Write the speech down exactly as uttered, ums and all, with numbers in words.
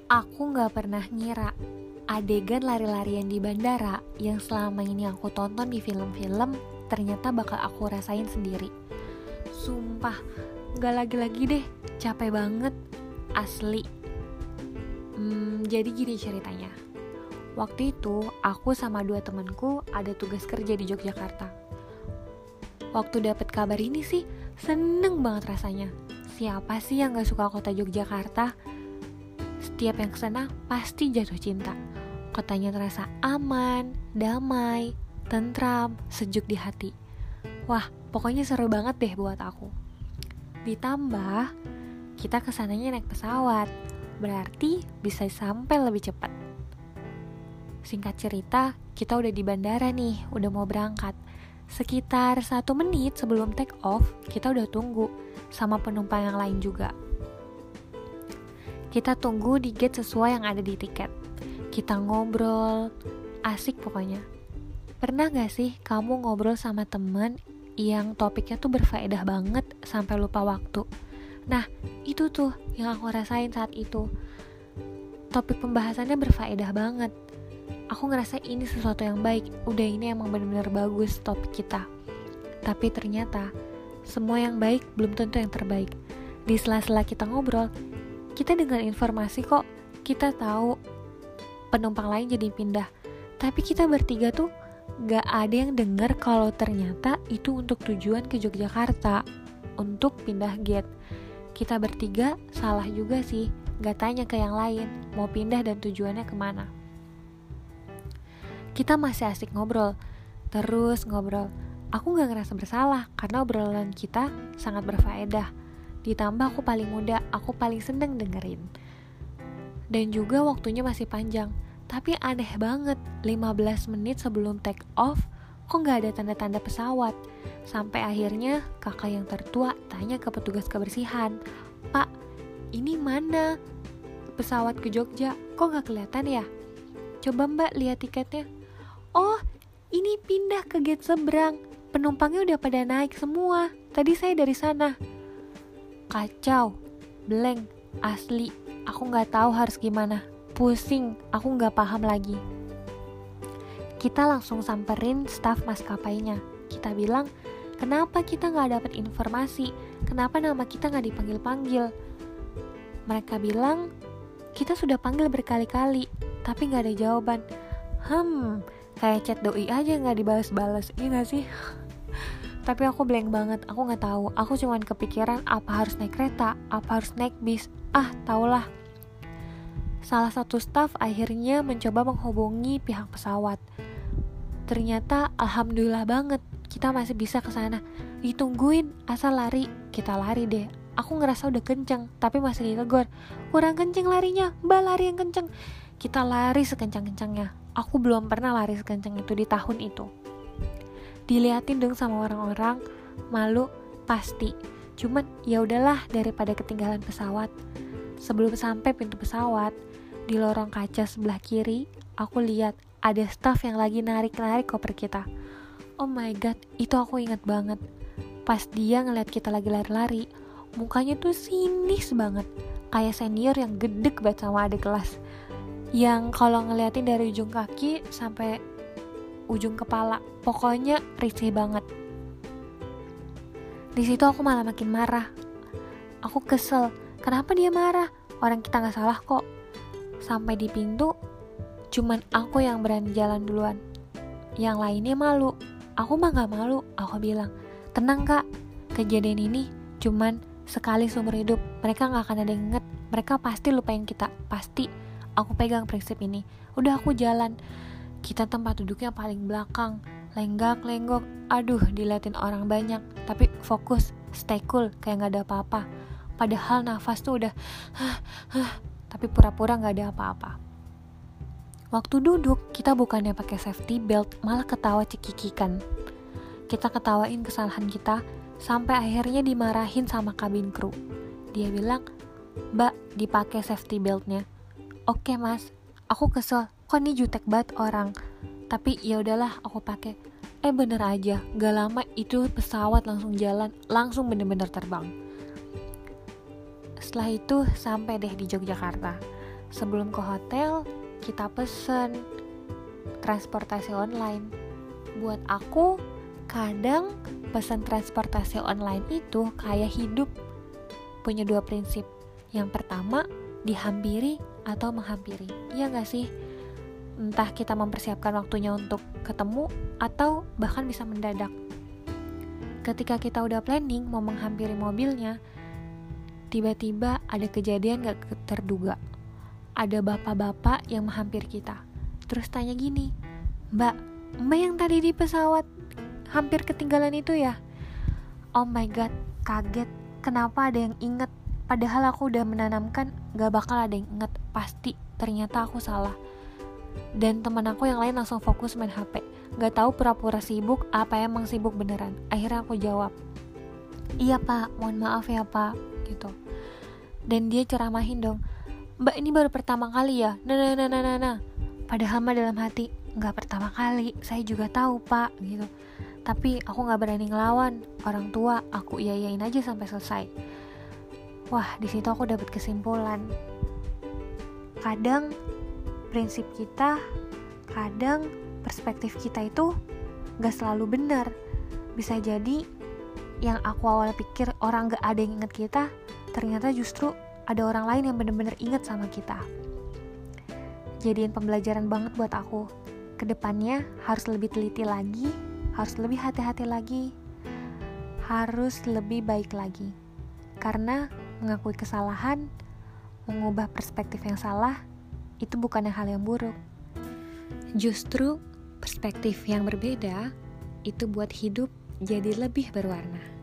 Aku gak pernah ngira adegan lari-larian di bandara yang selama ini aku tonton di film-film ternyata bakal aku rasain sendiri. Sumpah, gak lagi-lagi deh, capek banget, asli. Hmm, jadi gini ceritanya. Waktu itu aku sama dua temanku ada tugas kerja di Yogyakarta. Waktu dapet kabar ini sih seneng banget rasanya. Siapa sih yang gak suka kota Yogyakarta? Setiap yang kesana pasti jatuh cinta. Kotanya terasa aman, damai, tentram, sejuk di hati. Wah, pokoknya seru banget deh buat aku. Ditambah, kita kesananya naik pesawat, berarti bisa sampai lebih cepat. Singkat cerita, kita udah di bandara nih, udah mau berangkat. Sekitar satu menit sebelum take off, kita udah tunggu sama penumpang yang lain juga. Kita tunggu di gate sesuai yang ada di tiket. Kita ngobrol, asik pokoknya. Pernah gak sih kamu ngobrol sama temen yang topiknya tuh berfaedah banget sampai lupa waktu? Nah, itu tuh yang aku rasain saat itu. Topik pembahasannya berfaedah banget. Aku ngerasa ini sesuatu yang baik. Udah, ini emang benar-benar bagus topik kita. Tapi ternyata semua yang baik belum tentu yang terbaik. Di sela-sela kita ngobrol, kita dengar informasi kok, kita tahu penumpang lain jadi pindah. Tapi kita bertiga tuh gak ada yang dengar kalau ternyata itu untuk tujuan ke Yogyakarta, untuk pindah gate. Kita bertiga salah juga sih, gak tanya ke yang lain mau pindah dan tujuannya kemana. Kita masih asik ngobrol, terus ngobrol. Aku gak ngerasa bersalah karena obrolan kita sangat berfaedah. Ditambah aku paling muda, aku paling seneng dengerin. Dan juga waktunya masih panjang. Tapi aneh banget, lima belas menit sebelum take off, kok gak ada tanda-tanda pesawat. Sampai akhirnya kakak yang tertua tanya ke petugas kebersihan, "Pak, ini mana pesawat ke Jogja? Kok gak kelihatan ya? Coba mbak lihat tiketnya." "Oh, ini pindah ke gate seberang. Penumpangnya udah pada naik semua. Tadi saya dari sana." Kacau, blank, asli. Aku gak tahu harus gimana. Pusing, aku gak paham lagi. Kita langsung samperin staf maskapainya. Kita bilang, kenapa kita gak dapat informasi? Kenapa nama kita gak dipanggil-panggil? Mereka bilang, kita sudah panggil berkali-kali, tapi gak ada jawaban. Hmm, kayak chat doi aja gak dibalas-balas, iya gak sih? Tapi aku blank banget, aku gak tahu. Aku cuman kepikiran apa harus naik kereta, apa harus naik bis. Ah, taulah. Salah satu staf akhirnya mencoba menghubungi pihak pesawat. Ternyata alhamdulillah banget, kita masih bisa ke sana. Ditungguin, asal lari, kita lari deh. Aku ngerasa udah kenceng, tapi masih ditegur. "Kurang kenceng larinya, mbak lari yang kenceng." Kita lari sekencang-kencangnya. Aku belum pernah lari sekencang itu di tahun itu. Diliatin dong sama orang-orang, malu pasti. Cuman ya udahlah daripada ketinggalan pesawat. Sebelum sampai pintu pesawat, di lorong kaca sebelah kiri, aku lihat ada staf yang lagi narik-narik koper kita. Oh my god, itu aku ingat banget. Pas dia ngeliat kita lagi lari-lari, mukanya tuh sinis banget, kayak senior yang gedek banget sama adik kelas, yang kalau ngeliatin dari ujung kaki sampai ujung kepala, pokoknya risih banget. Di situ aku malah makin marah. Aku kesel, kenapa dia marah? Orang kita nggak salah kok. Sampai di pintu, cuman aku yang berani jalan duluan. Yang lainnya malu. Aku mah nggak malu. Aku bilang, tenang kak, kejadian ini cuman sekali seumur hidup. Mereka nggak akan ada yang inget. Mereka pasti lupain kita, pasti. Aku pegang prinsip ini. Udah, aku jalan. Kita tempat duduknya paling belakang, lenggak-lenggok, aduh diliatin orang banyak, tapi fokus, stay cool, kayak gak ada apa-apa. Padahal nafas tuh udah, huh, huh, tapi pura-pura gak ada apa-apa. Waktu duduk, kita bukannya pakai safety belt, malah ketawa cekikikan. Kita ketawain kesalahan kita, sampai akhirnya dimarahin sama kabin kru. Dia bilang, "Mbak, dipakai safety beltnya." "Oke mas." Aku kesel, kok ini jutek banget orang. Tapi ya udahlah, aku pakai. Eh bener aja, gak lama itu pesawat langsung jalan, langsung bener-bener terbang. Setelah itu sampai deh di Yogyakarta. Sebelum ke hotel, kita pesen transportasi online. Buat aku, kadang pesan transportasi online itu kayak hidup. Punya dua prinsip. Yang pertama, dihampiri atau menghampiri. Iya gak sih? Entah kita mempersiapkan waktunya untuk ketemu atau bahkan bisa mendadak. Ketika kita udah planning mau menghampiri mobilnya, tiba-tiba ada kejadian gak terduga. Ada bapak-bapak yang menghampiri kita. Terus tanya gini, Mbak, Mbak yang tadi di pesawat hampir ketinggalan itu ya? Oh my god, kaget. Kenapa ada yang inget? Padahal aku udah menanamkan gak bakal ada yang inget. Pasti, ternyata aku salah. Dan teman aku yang lain langsung fokus main H P. Gak tahu pura-pura sibuk apa emang sibuk beneran. Akhirnya aku jawab, iya pak, mohon maaf ya pak, gitu. Dan dia ceramahin dong, Mbak ini baru pertama kali ya? Nah nah nah nah nah, nah. Padahal mah dalam hati, gak pertama kali, saya juga tahu pak, gitu. Tapi aku gak berani ngelawan. Orang tua, aku iya-iyain aja sampai selesai. Wah, di situ aku dapat kesimpulan. Kadang prinsip kita, kadang perspektif kita itu gak selalu benar. Bisa jadi yang aku awal pikir orang gak ada yang ingat kita, ternyata justru ada orang lain yang benar-benar ingat sama kita. Jadiin pembelajaran banget buat aku. Kedepannya harus lebih teliti lagi, harus lebih hati-hati lagi, harus lebih baik lagi. Karena mengakui kesalahan, mengubah perspektif yang salah, itu bukan hal yang buruk. Justru perspektif yang berbeda itu buat hidup jadi lebih berwarna.